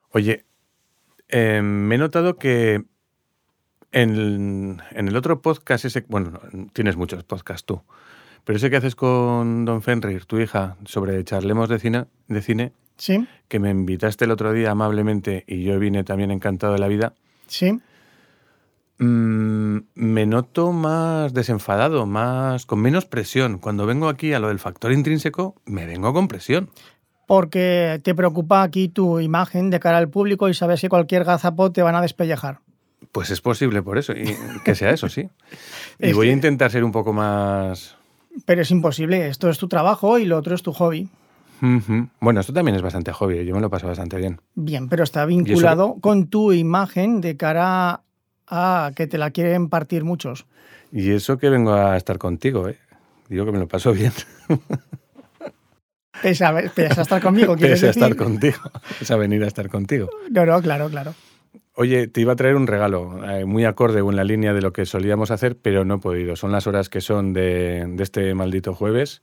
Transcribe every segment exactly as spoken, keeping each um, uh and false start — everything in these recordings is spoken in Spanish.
Oye, eh, me he notado que en, en el otro podcast ese, bueno, tienes muchos podcasts tú, pero ese que haces con Don Fenrir, tu hija, sobre charlemos de cine, de cine, Sí, que me invitaste el otro día amablemente y yo vine también encantado de la vida, sí. mm, me noto más desenfadado, más con menos presión. Cuando vengo aquí a lo del factor intrínseco, me vengo con presión. Porque te preocupa aquí tu imagen de cara al público y sabes que cualquier gazapo te van a despellejar. Pues es posible por eso, y que sea eso, sí. Y Es voy a que- intentar ser un poco más... Pero es imposible. Esto es tu trabajo y lo otro es tu hobby. Ujú. Bueno, esto también es bastante hobby, yo me lo paso bastante bien. Bien, pero está vinculado con tu imagen de cara a que te la quieren partir muchos. Y eso que vengo a estar contigo, ¿eh? Digo que me lo paso bien. Pese a, pese a estar conmigo, ¿quieres Pese a decir? estar contigo. Pese a venir a estar contigo. No, no, claro, claro. Oye, te iba a traer un regalo, eh, muy acorde o en la línea de lo que solíamos hacer, pero no he podido. Son las horas que son de, de este maldito jueves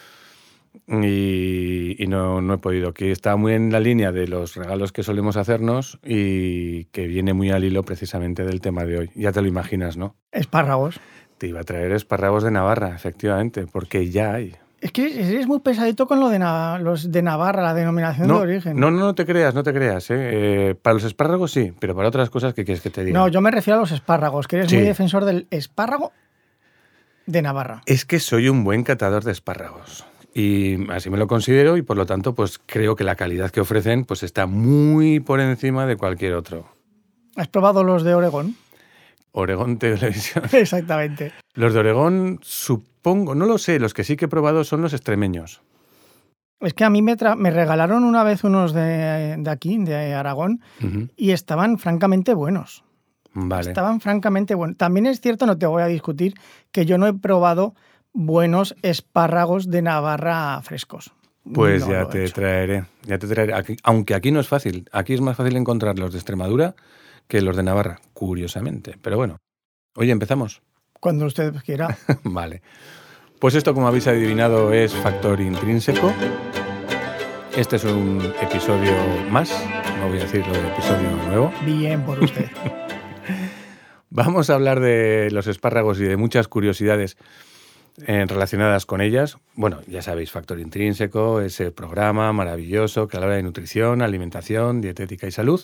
y, y no, no he podido. Que está muy en la línea de los regalos que solemos hacernos y que viene muy al hilo precisamente del tema de hoy. Ya te lo imaginas, ¿no? Espárragos. Te iba a traer espárragos de Navarra, efectivamente, porque ya hay. Es que eres muy pesadito con lo de Na- los de Navarra, la denominación No, de origen. no, no, no te creas, no te creas. ¿eh? Eh, para los espárragos sí, pero para otras cosas, ¿qué quieres que te diga? No, yo me refiero a los espárragos, que eres Sí. muy defensor del espárrago de Navarra. Es que soy un buen catador de espárragos. Y así me lo considero y por lo tanto pues creo que la calidad que ofrecen pues está muy por encima de cualquier otro. ¿Has probado los de Oregón? Oregón Televisión. Exactamente. Los de Oregón supongo, no lo sé, los que sí que he probado son los extremeños. Es que a mí me, tra- me regalaron una vez unos de, de aquí, de Aragón, Ujú. y estaban francamente buenos. Vale. Estaban francamente buenos. También es cierto, no te voy a discutir, que yo no he probado buenos espárragos de Navarra frescos. Pues No ya lo he te hecho. traeré, ya te traeré. Aquí- aunque aquí no es fácil, aquí es más fácil encontrar los de Extremadura que los de Navarra, curiosamente. Pero bueno, oye, empezamos. Cuando usted quiera. Vale. Pues esto, como habéis adivinado, es Factor Intrínseco. Este es un episodio más, no voy a decirlo de episodio nuevo. Bien por usted. Vamos a hablar de los espárragos y de muchas curiosidades eh, relacionadas con ellas. Bueno, ya sabéis, Factor Intrínseco, ese programa maravilloso que habla de nutrición, alimentación, dietética y salud,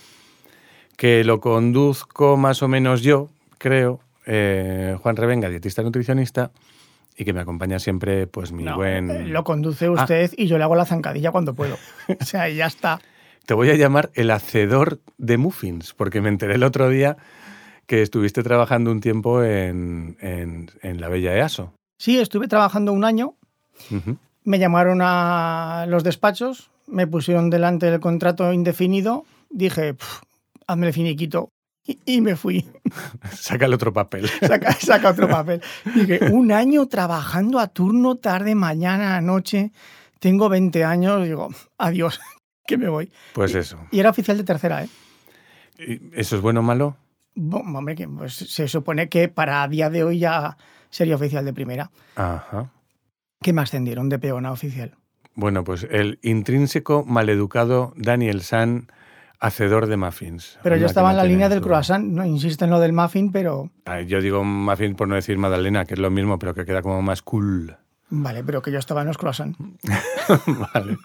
que lo conduzco más o menos yo, creo, eh, Juan Revenga, dietista nutricionista, y que me acompaña siempre pues mi No, buen... eh, lo conduce usted y yo le hago la zancadilla cuando puedo. O sea, ya está. Te voy a llamar el hacedor de muffins, porque me enteré el otro día que estuviste trabajando un tiempo en, en, en la bella EASO. Sí, estuve trabajando un año. Ujú. Me llamaron a los despachos, me pusieron delante del contrato indefinido, dije, "Pf, hazme el finiquito", y, y me fui. Saca el otro papel. Saca, saca otro papel. Dije, un año trabajando a turno, tarde, mañana, noche, tengo veinte años, digo, adiós, que me voy. Pues eso. Y era oficial de tercera, ¿eh? ¿Y ¿Eso es bueno o malo? Bo- Hombre, que pues, se supone que para día de hoy ya sería oficial de primera. Ajá. Que me ascendieron de peón a oficial. Bueno, pues el intrínseco maleducado Daniel San, hacedor de muffins. Pero yo Anda, estaba que en no la línea tiene del su- croissant, no insisto en lo del muffin, pero Ah, yo digo muffin por no decir magdalena, que es lo mismo, pero que queda como más cool. vale, pero que yo estaba en los croissants. Vale.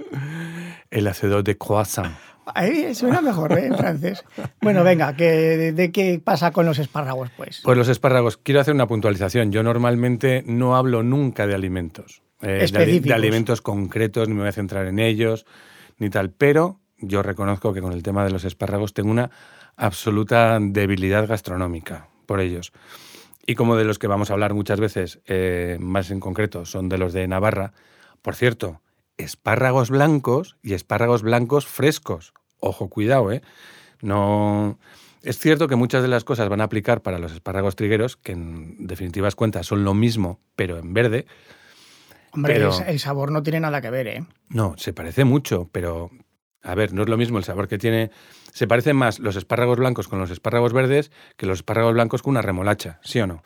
El hacedor de croissant. Ahí suena mejor, ¿eh? En francés. Bueno, venga, que, de, de qué pasa con los espárragos, pues? Pues los espárragos, quiero hacer una puntualización. Yo normalmente no hablo nunca de alimentos. eh, de, ali- Específicos. de alimentos concretos, ni me voy a centrar en ellos, ni tal. Pero yo reconozco que con el tema de los espárragos tengo una absoluta debilidad gastronómica por ellos. Y como de los que vamos a hablar muchas veces, eh, más en concreto, son de los de Navarra. Por cierto, espárragos blancos y espárragos blancos frescos. Ojo, cuidado, ¿eh? No... Es cierto que muchas de las cosas van a aplicar para los espárragos trigueros, que en definitivas cuentas son lo mismo, pero en verde. Hombre, pero- el, el sabor no tiene nada que ver, ¿eh? No, se parece mucho, pero... A ver, no es lo mismo el sabor que tiene... Se parecen más los espárragos blancos con los espárragos verdes que los espárragos blancos con una remolacha, ¿sí o no?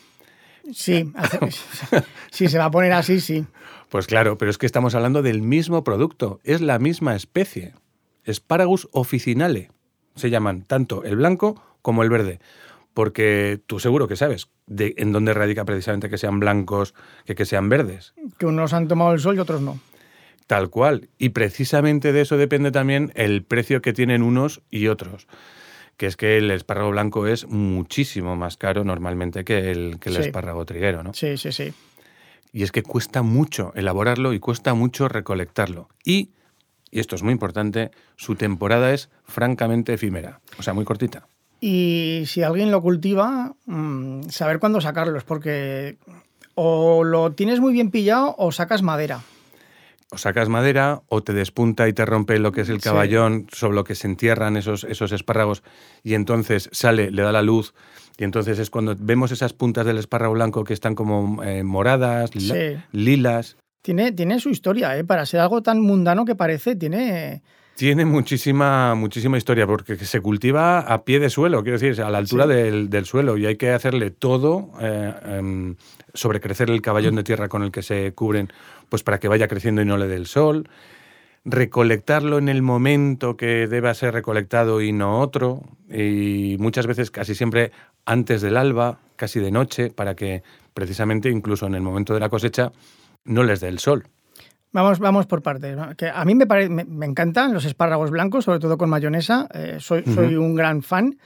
Sí, hace- si se va a poner así, sí. Pues claro, pero es que estamos hablando del mismo producto, es la misma especie. Sparagus officinale. Se llaman tanto el blanco como el verde. Porque tú seguro que sabes de, en dónde radica precisamente que sean blancos que que sean verdes. Que unos han tomado el sol y otros no. Tal cual. Y precisamente de eso depende también el precio que tienen unos y otros. Que es que el espárrago blanco es muchísimo más caro normalmente que el, que el Sí. espárrago triguero, ¿no? Sí, sí, sí. Y es que cuesta mucho elaborarlo y cuesta mucho recolectarlo. Y, y esto es muy importante, su temporada es francamente efímera, o sea, muy cortita. Y si alguien lo cultiva, mmm, saber cuándo sacarlos, porque o lo tienes muy bien pillado o sacas madera. O sacas madera o te despunta y te rompe lo que es el Sí. caballón sobre lo que se entierran esos, esos espárragos y entonces sale, le da la luz y entonces es cuando vemos esas puntas del espárrago blanco que están como eh, moradas, lila- Sí. lilas. Tiene, tiene su historia, ¿eh? Para ser algo tan mundano que parece, tiene... Tiene muchísima, muchísima historia porque se cultiva a pie de suelo, quiero decir, a la altura Sí. del, del suelo y hay que hacerle todo, eh, em, sobrecrecer el caballón de tierra con el que se cubren, pues para que vaya creciendo y no le dé el sol, recolectarlo en el momento que deba ser recolectado y no otro, y muchas veces casi siempre antes del alba, casi de noche, para que precisamente incluso en el momento de la cosecha no les dé el sol. Vamos, vamos por partes, ¿no? Que a mí me, pare- me, me encantan los espárragos blancos, sobre todo con mayonesa. Eh, soy, soy Ujú. un gran fan.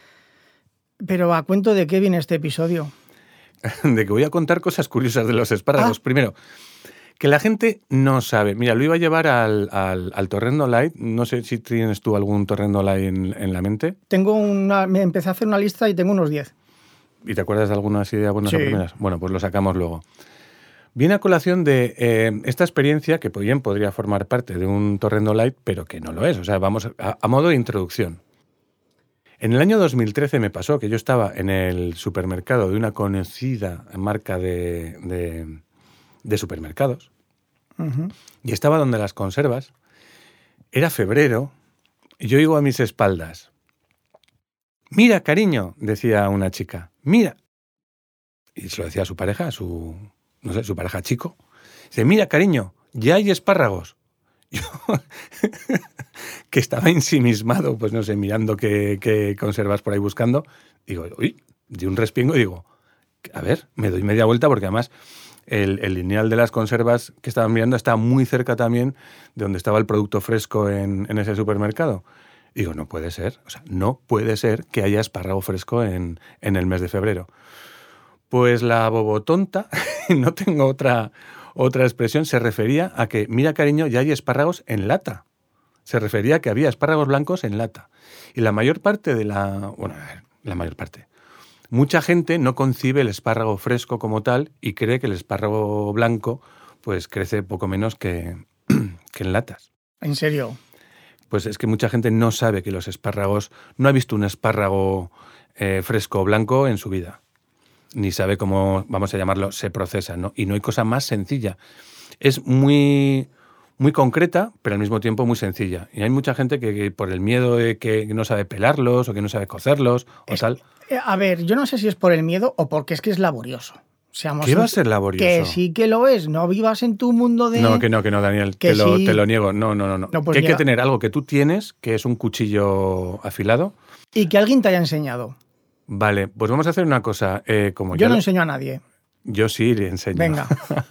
Pero ¿a cuento de qué viene este episodio? De que voy a contar cosas curiosas de los espárragos. Ah. Primero, que la gente no sabe. Mira, lo iba a llevar al, al, al Torrendo Light. No sé si tienes tú algún Torrendo Light en, en la mente. Tengo una, me empecé a hacer una lista y tengo unos diez. ¿Y te acuerdas de alguna así de algunas Sí. primeras? Bueno, pues lo sacamos luego. Viene a colación de eh, esta experiencia que bien podría formar parte de un Torrendo Light, pero que no lo es. O sea, vamos a, a modo de introducción. En el año dos mil trece me pasó que yo estaba en el supermercado de una conocida marca de, de, de supermercados Ujú. y estaba donde las conservas. Era febrero y yo oigo a mis espaldas: «Mira, cariño», decía una chica, «mira». Y se lo decía a su pareja, a su, no sé, su pareja chico. Dice: «Mira, cariño, ya hay espárragos». Yo, que estaba ensimismado, pues no sé, mirando qué, qué conservas por ahí buscando, digo, uy, di un respingo y digo, a ver, me doy media vuelta porque además el, el lineal de las conservas que estaban mirando está muy cerca también de donde estaba el producto fresco en, en ese supermercado. Digo, no puede ser, o sea, no puede ser que haya espárrago fresco en, en el mes de febrero. Pues la bobotonta, no tengo otra... Otra expresión, se refería a que, mira, cariño, ya hay espárragos en lata. Se refería a que había espárragos blancos en lata. Y la mayor parte de la... Bueno, a ver, la mayor parte. Mucha gente no concibe el espárrago fresco como tal y cree que el espárrago blanco pues crece poco menos que, que en latas. ¿En serio? Pues es que mucha gente no sabe que los espárragos... No ha visto un espárrago eh, fresco o blanco en su vida. Ni sabe cómo, vamos a llamarlo, se procesa, ¿no? Y no hay cosa más sencilla. Es muy, muy concreta, pero al mismo tiempo muy sencilla. Y hay mucha gente que, que por el miedo de que no sabe pelarlos o que no sabe cocerlos o Es- tal... Eh, A ver, yo no sé si es por el miedo o porque es que es laborioso. Seamos ¿Qué va a sinceros. ser laborioso? Que sí que lo es. No vivas en tu mundo de... No, que no, que no, Daniel. que Te lo, sí. te lo niego. No, no, no. no. No, pues que hay que niega. tener algo que tú tienes, que es un cuchillo afilado. Y que alguien te haya enseñado. Vale, pues vamos a hacer una cosa. Eh, como Yo ya no lo- enseño a nadie. Yo sí le enseño. Venga.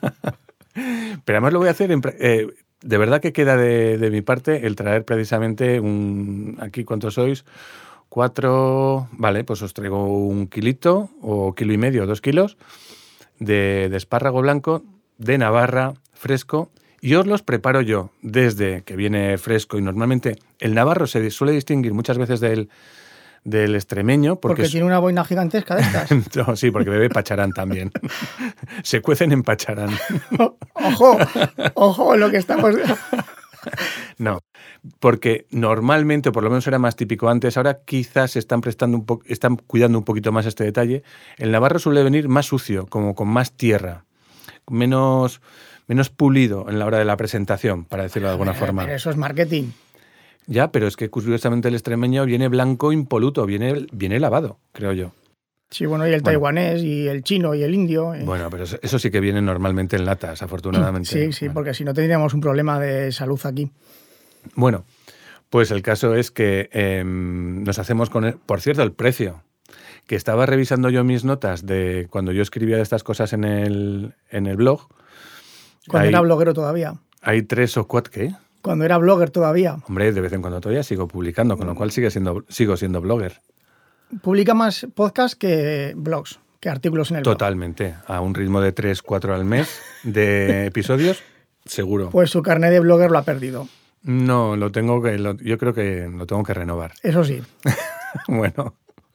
Pero además lo voy a hacer en... pre- eh, de verdad que queda de, de mi parte el traer precisamente un... Aquí, ¿cuántos sois? Cuatro... Vale, pues os traigo un kilito o kilo y medio, dos kilos de, de espárrago blanco de Navarra, fresco, y os los preparo yo desde que viene fresco. Y normalmente el navarro se suele distinguir muchas veces del, del extremeño Porque, porque... es- tiene una boina gigantesca de estas. No, sí, porque bebe pacharán también. Se cuecen en pacharán. Ojo, ojo, lo que estamos... No, porque normalmente, o por lo menos era más típico antes, ahora quizás están prestando un po- están cuidando un poquito más este detalle. El navarro suele venir más sucio, como con más tierra, menos, menos pulido en la hora de la presentación, para decirlo de alguna forma. Pero eso es marketing. Ya, pero es que curiosamente el extremeño viene blanco impoluto, viene, viene lavado, creo yo. Sí, bueno, y el Bueno. taiwanés, y el chino, y el indio. eh. Bueno, pero eso, eso sí que viene normalmente en latas, afortunadamente. Sí, sí, Bueno. porque si no tendríamos un problema de salud aquí. Bueno, Pues el caso es que eh, nos hacemos con... El, por cierto, el precio, que estaba revisando yo mis notas de cuando yo escribía estas cosas en el, en el blog. Cuando hay, era bloguero todavía. Hay tres o cuatro, ¿qué? Cuando era blogger todavía. Hombre, de vez en cuando todavía sigo publicando, con lo cual sigue siendo, sigo siendo blogger. Publica más podcasts que blogs, que artículos en el Totalmente. blog. A un ritmo de tres, cuatro al mes de episodios, seguro. Pues su carnet de blogger lo ha perdido. No, lo tengo que, lo, yo creo que lo tengo que renovar. Eso sí. Bueno.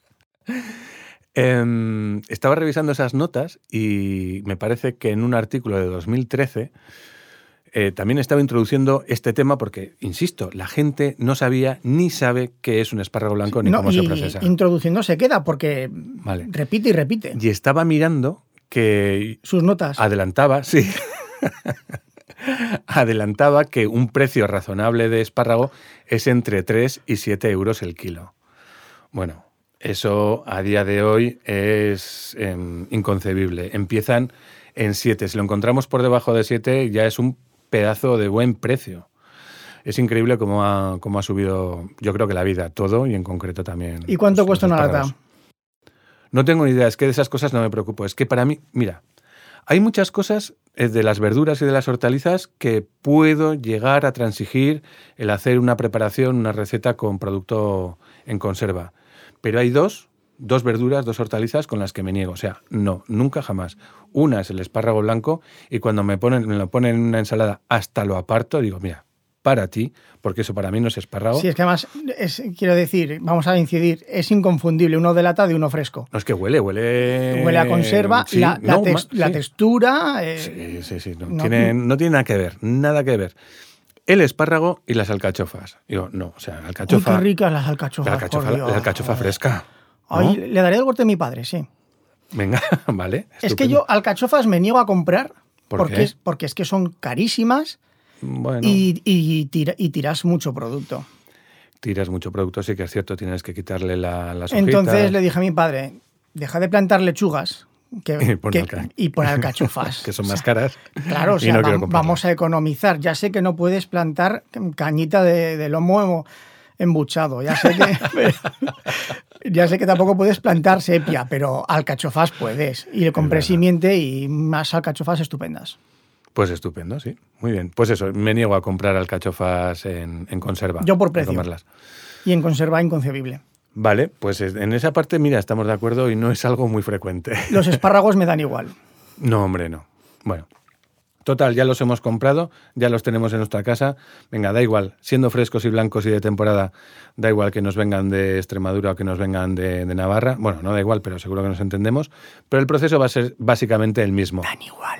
Eh, estaba revisando esas notas y me parece que en un artículo de dos mil trece eh, también estaba introduciendo este tema porque, insisto, la gente no sabía ni sabe qué es un espárrago blanco ni no, cómo y se procesa. Introduciendo se queda porque Vale. repite y repite. Y estaba mirando que... Sus notas. Adelantaba, sí. Adelantaba que un precio razonable de espárrago es entre tres y siete euros el kilo. Bueno, eso a día de hoy es eh, inconcebible. Empiezan en siete. Si lo encontramos por debajo de siete ya es un pedazo de buen precio. Es increíble cómo ha, cómo ha subido, yo creo que la vida, todo y en concreto también. ¿Y cuánto pues, cuesta una lata? No tengo ni idea, es que de esas cosas no me preocupo. Es que para mí, mira, hay muchas cosas de las verduras y de las hortalizas que puedo llegar a transigir el hacer una preparación, una receta con producto en conserva. Pero hay dos, dos verduras, dos hortalizas con las que me niego. O sea, no, nunca jamás. Una es el espárrago blanco y cuando me, ponen, me lo ponen en una ensalada hasta lo aparto, digo, mira, para ti, porque eso para mí no es espárrago. Sí, es que además, es, quiero decir, vamos a incidir, es inconfundible uno de lata de uno fresco. No, es que huele, huele... Huele a conserva, sí, la, la, no, tex, sí. la textura... Eh, sí, sí, sí, no, no, tiene, no tiene nada que ver, nada que ver. El espárrago y las alcachofas. Digo, no, o sea, alcachofa... Uy, qué ricas las alcachofas, La alcachofa, por Dios. La alcachofa oh. fresca. ¿no? Ay, le daré el corte de mi padre, sí. Venga, vale. Estupendo. Es que yo alcachofas me niego a comprar ¿Por porque, qué? Es, porque es que son carísimas. Bueno. Y, y, tira, y tiras mucho producto. Tiras mucho producto, sí que es cierto, tienes que quitarle la, las hojitas. Entonces le dije a mi padre, deja de plantar lechugas que, y pon que, alca... alcachofas. que son o más sea, caras. Claro, o sea, no va, vamos a economizar. Ya sé que no puedes plantar cañita de, de lomo embuchado, ya sé que... Ya sé que tampoco puedes plantar sepia, pero alcachofas puedes. Y le compré simiente y más alcachofas estupendas. Pues estupendo, sí. Muy bien. Pues eso, me niego a comprar alcachofas en, en conserva. Yo por precio. Comerlas. Y en conserva inconcebible. Vale, pues en esa parte, mira, estamos de acuerdo y no es algo muy frecuente. Los espárragos me dan igual. No, hombre, no. Bueno, total, ya los hemos comprado, ya los tenemos en nuestra casa. Venga, da igual, siendo frescos y blancos y de temporada, da igual que nos vengan de Extremadura o que nos vengan de, de Navarra. Bueno, no da igual, pero seguro que nos entendemos. Pero el proceso va a ser básicamente el mismo. Dan igual.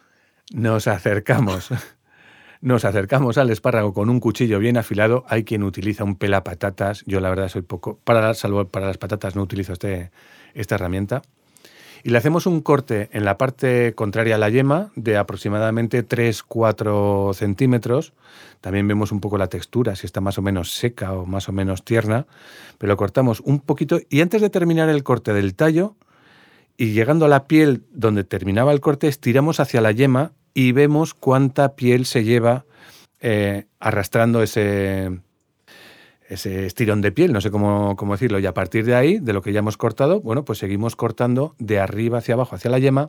Nos acercamos, nos acercamos al espárrago con un cuchillo bien afilado. Hay quien utiliza un pelapatatas. Yo la verdad soy poco, para, salvo para las patatas no utilizo este, esta herramienta. Y le hacemos un corte en la parte contraria a la yema de aproximadamente tres a cuatro centímetros. También vemos un poco la textura, si está más o menos seca o más o menos tierna. Pero lo cortamos un poquito y antes de terminar el corte del tallo, y llegando a la piel donde terminaba el corte, estiramos hacia la yema y vemos cuánta piel se lleva eh, arrastrando ese, ese estirón de piel, no sé cómo, cómo decirlo. Y a partir de ahí, de lo que ya hemos cortado, bueno, pues seguimos cortando de arriba hacia abajo, hacia la yema.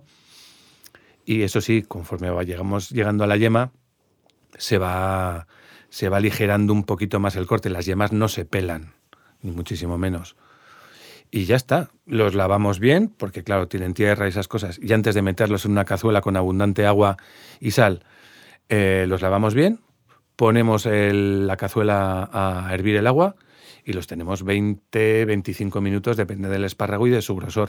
Y eso sí, conforme llegamos llegando a la yema, se va, se va aligerando un poquito más el corte. Las yemas no se pelan, ni muchísimo menos. Y ya está, los lavamos bien, porque claro, tienen tierra y esas cosas. Y antes de meterlos en una cazuela con abundante agua y sal, eh, los lavamos bien, ponemos el, la cazuela a hervir el agua y los tenemos veinte a veinticinco minutos, depende del espárrago y de su grosor.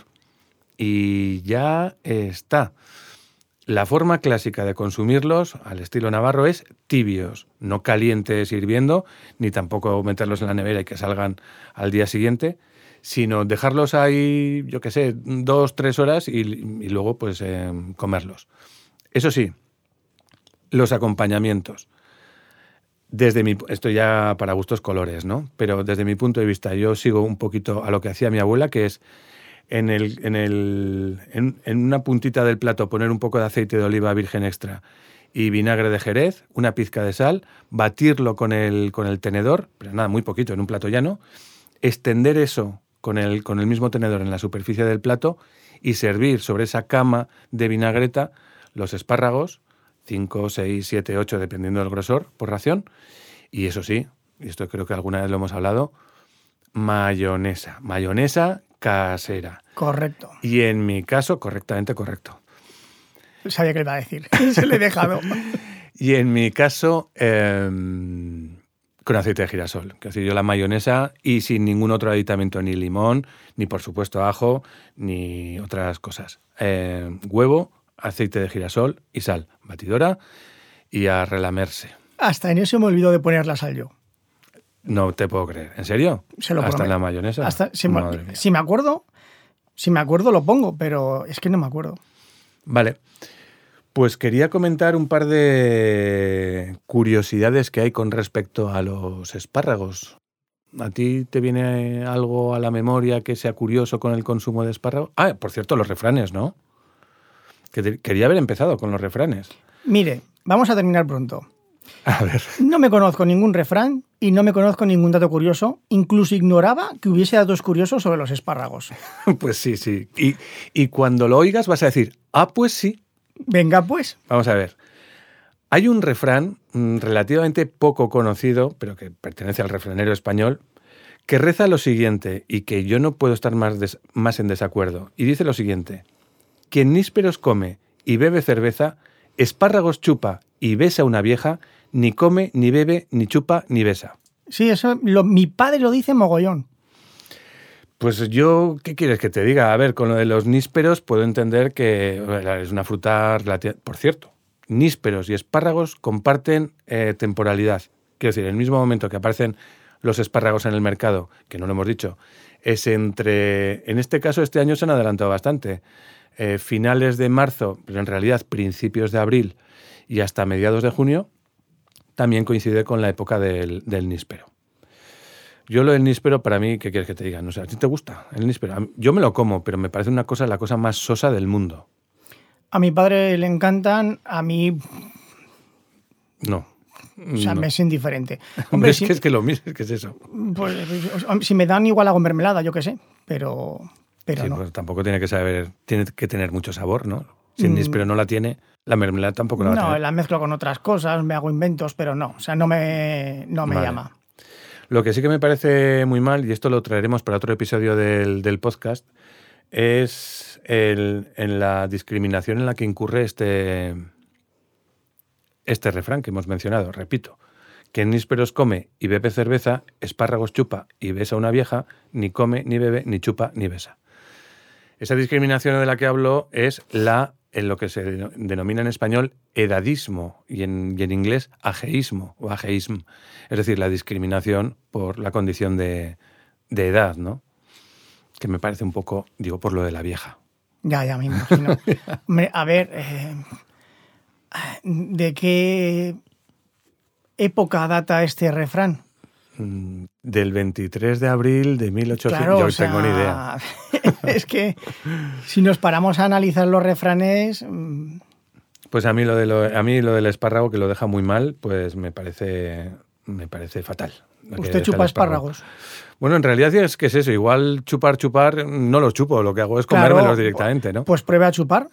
Y ya está. La forma clásica de consumirlos, al estilo navarro, es tibios, no calientes hirviendo, ni tampoco meterlos en la nevera y que salgan al día siguiente, sino dejarlos ahí, yo qué sé, dos, tres horas y, y luego pues eh, comerlos. Eso sí, los acompañamientos. Desde mi, esto ya para gustos colores, ¿no? Pero desde mi punto de vista yo sigo un poquito a lo que hacía mi abuela, que es en, el, en, el, en, en una puntita del plato poner un poco de aceite de oliva virgen extra y vinagre de Jerez, una pizca de sal, batirlo con el, con el tenedor, pero nada, muy poquito, en un plato llano, extender eso con el, con el mismo tenedor en la superficie del plato y servir sobre esa cama de vinagreta los espárragos, cinco, seis, siete, ocho, dependiendo del grosor, por ración. Y eso sí, y esto creo que alguna vez lo hemos hablado, mayonesa. Mayonesa casera. Correcto. Y en mi caso, correctamente correcto. Sabía que le iba a decir. Se le he dejado. Y en mi caso, eh, con aceite de girasol. Que así yo la mayonesa y sin ningún otro aditamento, ni limón, ni por supuesto ajo, ni otras cosas. Eh, huevo, aceite de girasol y sal. Batidora y a relamerse. Hasta en eso me olvidó de poner la sal yo. No te puedo creer. ¿En serio? Se lo ¿Hasta prometo. en la mayonesa? Hasta, si, me, si me acuerdo, si me acuerdo lo pongo, pero es que no me acuerdo. Vale. Pues quería comentar un par de curiosidades que hay con respecto a los espárragos. ¿A ti te viene algo a la memoria que sea curioso con el consumo de espárragos? Ah, por cierto, los refranes, ¿no? Que te, quería haber empezado con los refranes. Mire, vamos a terminar pronto. A ver. No me conozco ningún refrán y no me conozco ningún dato curioso. Incluso ignoraba que hubiese datos curiosos sobre los espárragos. Pues sí, sí. Y, y cuando lo oigas vas a decir, ah, pues sí. Venga, pues. Vamos a ver. Hay un refrán mmm, relativamente poco conocido, pero que pertenece al refranero español, que reza lo siguiente, y que yo no puedo estar más, des- más en desacuerdo. Y dice lo siguiente: quien nísperos come y bebe cerveza, espárragos chupa y besa una vieja, ni come, ni bebe, ni chupa, ni besa. Sí, eso lo, mi padre lo dice mogollón. Pues yo, ¿qué quieres que te diga? A ver, con lo de los nísperos puedo entender que es una fruta relativa. Por cierto, nísperos y espárragos comparten eh, temporalidad. Quiero decir, el mismo momento que aparecen los espárragos en el mercado, que no lo hemos dicho, es entre... En este caso, este año se han adelantado bastante. Eh, finales de marzo, pero en realidad principios de abril y hasta mediados de junio, también coincide con la época del, del níspero. Yo lo del níspero, para mí, ¿qué quieres que te diga? No sé, ¿a ti te gusta el níspero? Yo me lo como, pero me parece una cosa, la cosa más sosa del mundo. A mi padre le encantan, a mí... No. O sea, no. me es indiferente. Hombre, Hombre, es si, que es que lo mismo, es que es eso. pues, si me dan igual hago mermelada, yo qué sé, pero, pero sí, no. pues tampoco tiene que saber, tiene que tener mucho sabor, ¿no? Si el Mm. níspero no la tiene, la mermelada tampoco la va a No, tener. la mezclo con otras cosas, me hago inventos, pero no, o sea, no me, no me Vale. llama. Lo que sí que me parece muy mal, y esto lo traeremos para otro episodio del, del podcast, es el, en la discriminación en la que incurre este, este refrán que hemos mencionado. Repito, quien nísperos come y bebe cerveza, espárragos chupa y besa una vieja, ni come, ni bebe, ni chupa, ni besa. Esa discriminación de la que hablo es la, en lo que se denomina en español edadismo y en, y en inglés ageísmo o ageísm. Es decir, la discriminación por la condición de, de edad, ¿no? Que me parece un poco, digo, por lo de la vieja. Ya, ya me imagino. Hombre, a ver, eh, ¿de qué época data este refrán? Del veintitrés de abril de mil ochocientos. Claro, Yo no o sea, tengo ni idea. Es que si nos paramos a analizar los refranes... mm, Pues a mí lo de lo, a mí lo del espárrago, que lo deja muy mal, pues me parece, me parece fatal. Lo que ¿Usted deja chupa el espárrago. espárragos? Bueno, en realidad es que es eso. Igual chupar, chupar, no los chupo. Lo que hago es Claro, comérmelos directamente, ¿no? Pues pruebe a chupar.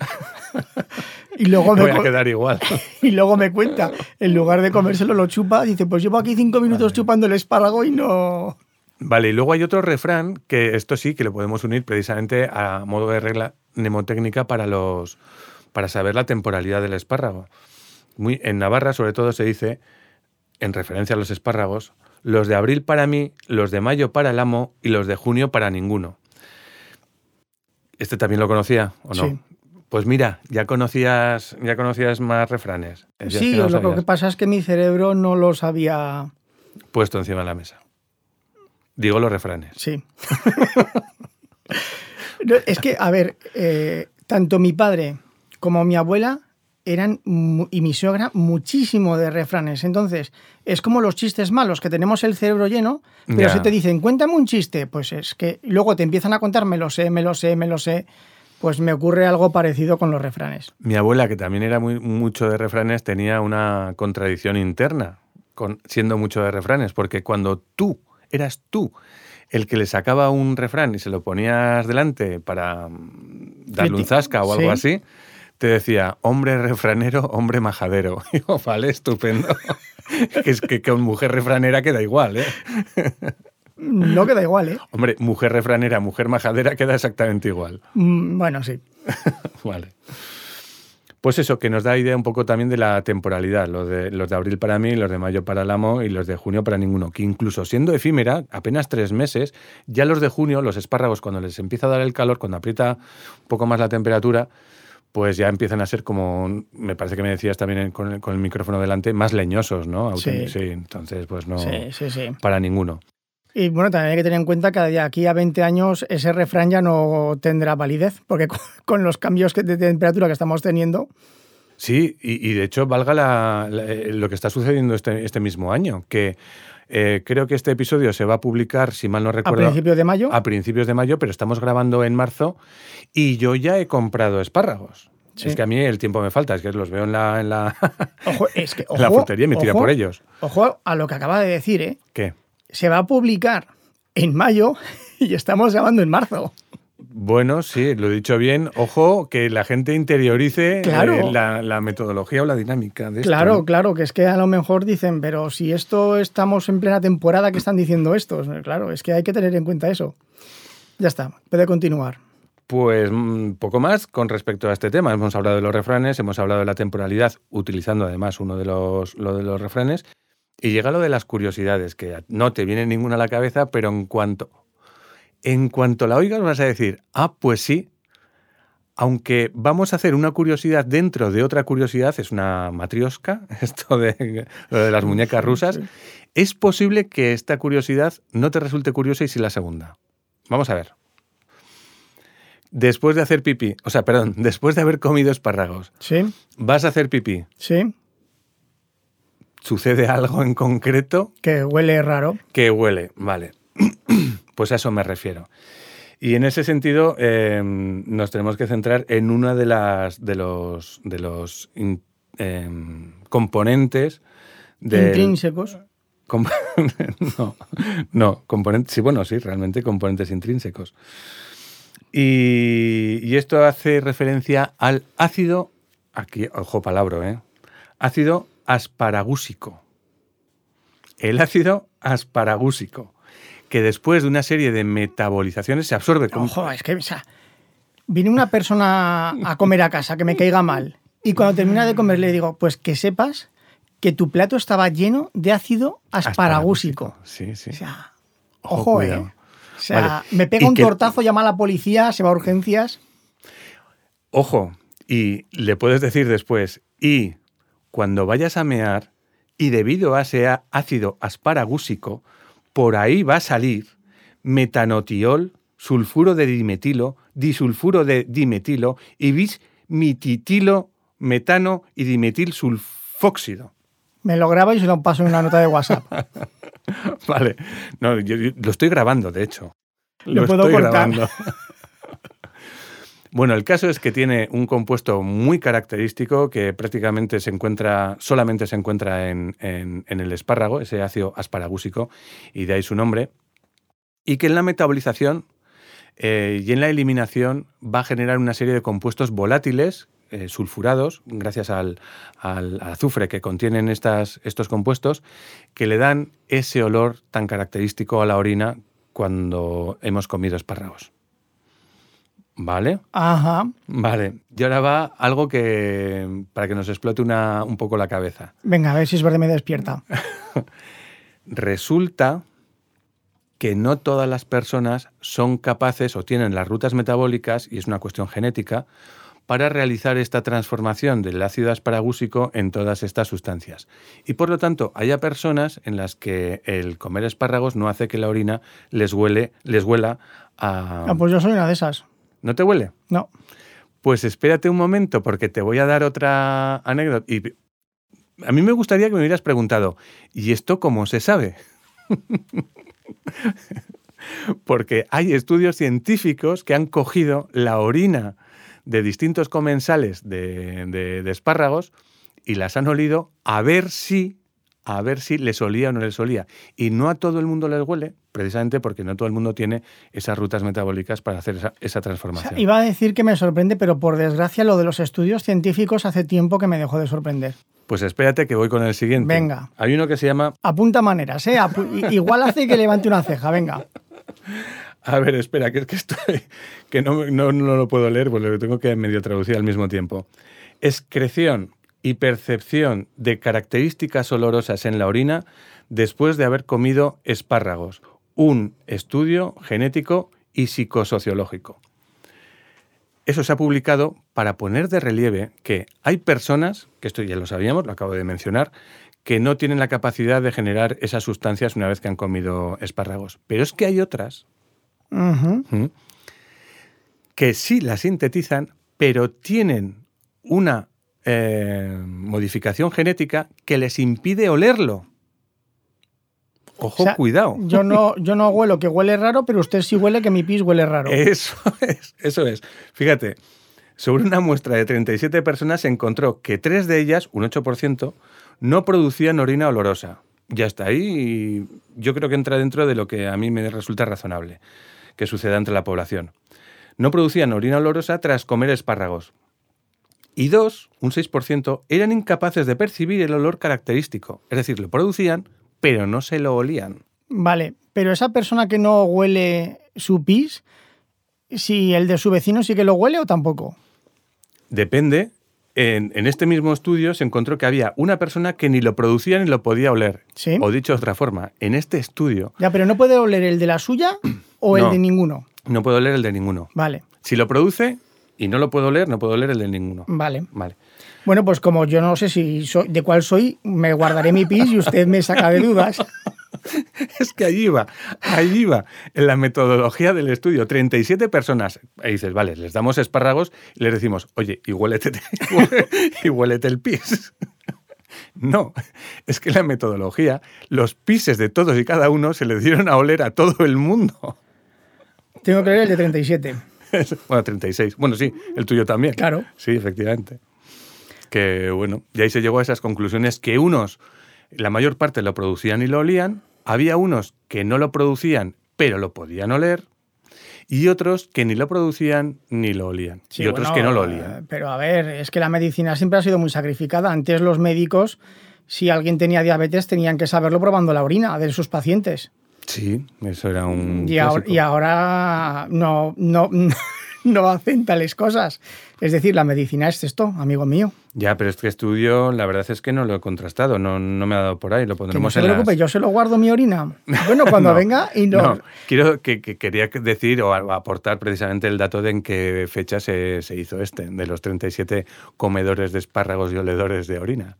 y, luego Voy me, a cu- quedar igual. y luego me cuenta, en lugar de comérselo lo chupa, dice, pues llevo aquí cinco minutos Vale. chupando el espárrago y no... Vale, y luego hay otro refrán, que esto sí, que lo podemos unir precisamente a modo de regla mnemotécnica para, los, para saber la temporalidad del espárrago. Muy, en Navarra, sobre todo, se dice, en referencia a los espárragos, los de abril para mí, los de mayo para el amo y los de junio para ninguno. ¿Este también lo conocía o no? Sí. Pues mira, ya conocías, ya conocías más refranes. Decías Sí, que no lo sabías. que pasa es que mi cerebro no los había... Puesto encima de la mesa. Digo los refranes. Sí. No, es que, a ver, eh, tanto mi padre como mi abuela eran, mu- y mi suegra, muchísimo de refranes. Entonces, es como los chistes malos, que tenemos el cerebro lleno, pero Ya. si te dicen, cuéntame un chiste, pues es que luego te empiezan a contar, me lo sé, me lo sé, me lo sé. Pues me ocurre algo parecido con los refranes. Mi abuela, que también era muy, mucho de refranes, tenía una contradicción interna, con, siendo mucho de refranes, porque cuando tú, eras tú, el que le sacaba un refrán y se lo ponías delante para darle un zasca o algo ¿Sí? así, te decía, hombre refranero, hombre majadero. Y digo, vale, estupendo. que es que con mujer refranera queda igual, ¿eh? No queda igual, ¿eh? Hombre, mujer refranera, mujer majadera queda exactamente igual. Mm, bueno, sí. Vale. Pues eso, que nos da idea un poco también de la temporalidad. Los de, los de abril para mí, los de mayo para el amo y los de junio para ninguno. Que incluso siendo efímera, apenas tres meses, ya los de junio, los espárragos, cuando les empieza a dar el calor, cuando aprieta un poco más la temperatura, pues ya empiezan a ser como, me parece que me decías también con el, con el micrófono delante, más leñosos, ¿no? Sí. Sí, entonces pues no, sí, sí, sí. para ninguno. Y bueno, también hay que tener en cuenta que de aquí a veinte años ese refrán ya no tendrá validez, porque con los cambios de temperatura que estamos teniendo... Sí, y, y de hecho valga la, la, lo que está sucediendo este, este mismo año, que eh, creo que este episodio se va a publicar, si mal no recuerdo... ¿A principios de mayo? A principios de mayo, pero estamos grabando en marzo y yo ya he comprado espárragos. Sí. Es que a mí el tiempo me falta, es que los veo en la, en la, ojo, es que, ojo, la frutería y me tiro por ellos. Ojo a lo que acaba de decir, ¿eh? ¿Qué? Se va a publicar en mayo y estamos grabando en marzo. Bueno, sí, lo he dicho bien. Ojo, que la gente interiorice claro. eh, la, la metodología o la dinámica de esto. Claro, ¿no? claro, que es que a lo mejor dicen, pero si esto estamos en plena temporada, ¿qué están diciendo estos? Claro, es que hay que tener en cuenta eso. Ya está, puede continuar. Pues un poco más con respecto a este tema. Hemos hablado de los refranes, hemos hablado de la temporalidad, utilizando además uno de los, lo de los refranes. Y llega lo de las curiosidades, que no te viene ninguna a la cabeza, pero en cuanto, en cuanto la oigas vas a decir, ah, pues sí, aunque vamos a hacer una curiosidad dentro de otra curiosidad, es una matrioska, esto de, lo de las muñecas rusas, sí. Es posible que esta curiosidad no te resulte curiosa y sí la segunda. Vamos a ver. Después de hacer pipí, o sea, perdón, después de haber comido espárragos, ¿sí? ¿Vas a hacer pipí? Sí. ¿Sucede algo en concreto? Que huele raro. Que huele, vale. Pues a eso me refiero. Y en ese sentido eh, nos tenemos que centrar en una de las de los de los in, eh, componentes del, intrínsecos. Com, no, no, componentes. Sí, bueno, sí, realmente componentes intrínsecos. Y, y esto hace referencia al ácido, aquí, ojo palabra, ¿eh? Ácido asparagúsico. El ácido asparagúsico, que después de una serie de metabolizaciones se absorbe. Como... Ojo, es que o sea, viene una persona a comer a casa que me caiga mal y cuando termina de comer le digo, pues que sepas que tu plato estaba lleno de ácido asparagúsico. Sí, sí. O sea, ojo, ojo eh. O sea, vale. Me pega un que... tortazo, llama a la policía, se va a urgencias. Ojo, y le puedes decir después, y cuando vayas a mear, y debido a ese ácido asparagúsico, por ahí va a salir metanotiol, sulfuro de dimetilo, disulfuro de dimetilo y bismititilo, metano y dimetil sulfóxido. Me lo grabo y se lo paso en una nota de WhatsApp. Vale. No, yo, yo lo estoy grabando, de hecho. Lo, lo puedo estoy cortar. grabando. Bueno, el caso es que tiene un compuesto muy característico que prácticamente se encuentra, solamente se encuentra en, en, en el espárrago, ese ácido asparagúsico, y de ahí su nombre, y que en la metabolización eh, y en la eliminación va a generar una serie de compuestos volátiles, eh, sulfurados, gracias al, al, al azufre que contienen estas, estos compuestos, que le dan ese olor tan característico a la orina cuando hemos comido espárragos. ¿Vale? Ajá. Vale. Y ahora va algo que para que nos explote una, un poco la cabeza. Venga, a ver si es verdad me despierta. Resulta que no todas las personas son capaces o tienen las rutas metabólicas, y es una cuestión genética, para realizar esta transformación del ácido asparagúsico en todas estas sustancias. Y por lo tanto, haya personas en las que el comer espárragos no hace que la orina les huele, les huela a... Ah, pues yo soy una de esas. ¿No te huele? No. Pues espérate un momento porque te voy a dar otra anécdota. Y a mí me gustaría que me hubieras preguntado, ¿y esto cómo se sabe? Porque hay estudios científicos que han cogido la orina de distintos comensales de, de, de espárragos y las han olido a ver si, a ver si les olía o no les olía. Y no a todo el mundo les huele, precisamente porque no todo el mundo tiene esas rutas metabólicas para hacer esa, esa transformación. O sea, iba a decir que me sorprende, pero por desgracia lo de los estudios científicos hace tiempo que me dejó de sorprender. Pues espérate que voy con el siguiente. Venga. Hay uno que se llama... Apunta maneras, ¿eh? Apu- igual hace que levante una ceja, venga. A ver, espera, que es que estoy... que no, no, no lo puedo leer, porque lo tengo que medio traducir al mismo tiempo. Excreción y percepción de características olorosas en la orina después de haber comido espárragos. Un estudio genético y psicosociológico. Eso se ha publicado para poner de relieve que hay personas, que esto ya lo sabíamos, lo acabo de mencionar, que no tienen la capacidad de generar esas sustancias una vez que han comido espárragos. Pero es que hay otras Uh-huh. ¿Mm? que sí las sintetizan, pero tienen una eh, modificación genética que les impide olerlo. Ojo, O sea, cuidado. Yo no, yo no huelo que huele raro, pero usted sí huele que mi pis huele raro. Eso es, eso es. Fíjate, sobre una muestra de treinta y siete personas se encontró que tres de ellas, un ocho por ciento, no producían orina olorosa. Ya está ahí y yo creo que entra dentro de lo que a mí me resulta razonable que suceda entre la población. No producían orina olorosa tras comer espárragos. Y dos, un seis por ciento, eran incapaces de percibir el olor característico. Es decir, lo producían, pero no se lo olían. Vale, pero esa persona que no huele su pis, si el de su vecino sí que lo huele o tampoco. Depende. En, en este mismo estudio se encontró que había una persona que ni lo producía ni lo podía oler. Sí. O dicho de otra forma, en este estudio Ya, pero no puede oler el de la suya o el No. de ninguno. no puedo oler el de ninguno. Vale, Si lo produce y no lo puedo oler, no puedo oler el de ninguno. vale. Vale. Bueno, pues como yo no sé si soy, de cuál soy, me guardaré mi pis y usted me saca de dudas. Es que allí va, allí va, en la metodología del estudio, treinta y siete personas. Y dices, vale, les damos espárragos y les decimos, oye, y huélete, y huélete el pis. No, es que la metodología, los pises de todos y cada uno se le dieron a oler a todo el mundo. Tengo que leer el de treinta y siete. Bueno, treinta y seis. Bueno, sí, el tuyo también. Claro. Sí, efectivamente. Que bueno, y ahí se llegó a esas conclusiones que unos, la mayor parte lo producían y lo olían, había unos que no lo producían pero lo podían oler y otros que ni lo producían ni lo olían. Sí, y otros bueno, que no lo olían. Pero a ver, es que la medicina siempre ha sido muy sacrificada. Antes los médicos, si alguien tenía diabetes, tenían que saberlo probando la orina de sus pacientes. Sí, eso era un Y ahora, y ahora no, no, no hacen tales cosas. Es decir, la medicina es esto, amigo mío. Ya, pero este estudio, la verdad es que no lo he contrastado, no, no me ha dado por ahí, lo Que no pondremos se en preocupe, las... yo se lo guardo mi orina. Bueno, cuando No, venga y no... No, quiero que, que quería decir o aportar precisamente el dato de en qué fecha se, se hizo este, de los treinta y siete comedores de espárragos y oledores de orina.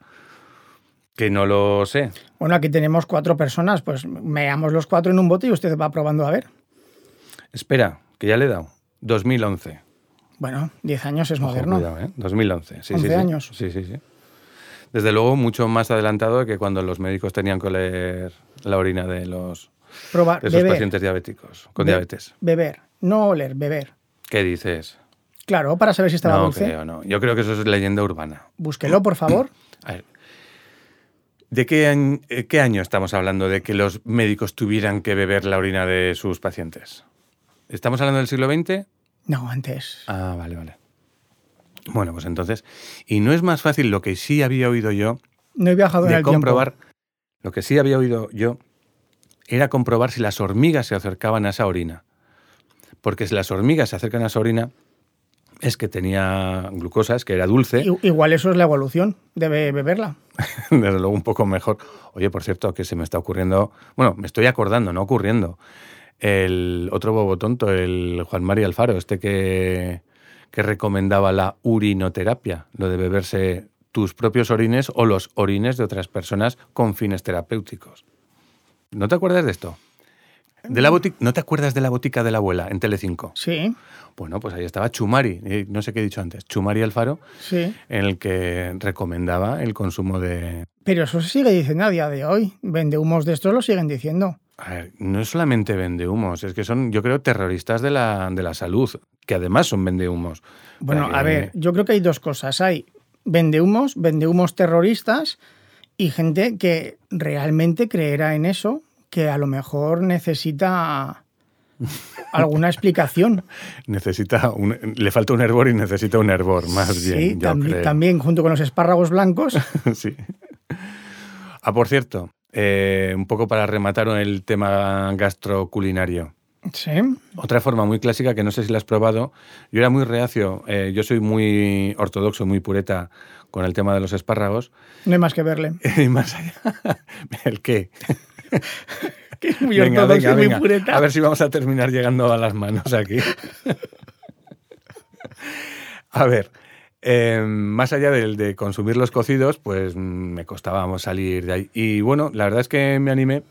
Que no lo sé. Bueno, aquí tenemos cuatro personas, pues meamos los cuatro en un bote y usted va probando a ver. Espera, que ya le he dado. dos mil once. Bueno, diez años es Ojo, moderno. cuidado, ¿eh? dos mil once. Sí, once sí, sí. años. Sí, sí, sí. Desde luego, mucho más adelantado que cuando los médicos tenían que oler la orina de los Probar, de sus beber, pacientes diabéticos, con be- diabetes. Beber, no oler, beber. ¿Qué dices? Claro, para saber si estaba No dulce. creo, no. Yo creo que eso es leyenda urbana. Búsquelo, por favor. A ver, ¿de qué año, eh, qué año estamos hablando de que los médicos tuvieran que beber la orina de sus pacientes? ¿Estamos hablando del siglo veinte? No, antes. Ah, vale, vale. Bueno, pues entonces... ¿Y no es más fácil lo que sí había oído yo No he viajado en de el comprobar? tiempo. Lo que sí había oído yo era comprobar si las hormigas se acercaban a esa orina. Porque si las hormigas se acercan a esa orina es que tenía glucosa, es que era dulce. I- Igual eso es la evolución, debe beberla. Desde luego un poco mejor. Oye, por cierto, que se me está ocurriendo... Bueno, me estoy acordando, no ocurriendo. El otro bobo tonto, el Juan Mari Alfaro, este que, que recomendaba la urinoterapia, lo de beberse tus propios orines o los orines de otras personas con fines terapéuticos. ¿No te acuerdas de esto? De la boti- ¿No te acuerdas de la botica de la abuela en Telecinco? Sí, Bueno, pues ahí estaba Chumari, eh, no sé qué he dicho antes, Chumari Alfaro, sí. en el que recomendaba el consumo de... Pero eso se sigue diciendo a día de hoy. Vendehumos de estos lo siguen diciendo. A ver, no es solamente vendehumos, es que son, yo creo, terroristas de la, de la salud, que además son vendehumos. Bueno, que... a ver, yo creo que hay dos cosas. Hay vendehumos, vendehumos terroristas y gente que realmente creerá en eso, que a lo mejor necesita alguna explicación. Necesita un, le falta un hervor y necesita un hervor, más sí, bien, yo también, creo. también junto con los espárragos blancos. Sí. Ah, por cierto, eh, un poco para rematar el tema gastroculinario. Sí. Otra forma muy clásica que no sé si la has probado. Yo era muy reacio, eh, yo soy muy ortodoxo, muy pureta con el tema de los espárragos. No hay más que verle. Y más allá. ¿El qué? Que es muy venga, ortodoxo venga, y muy venga. pureta. A ver si vamos a terminar llegando a las manos aquí. A ver, eh, más allá del de consumir los cocidos, pues me costaba salir de ahí. Y bueno, la verdad es que me animé.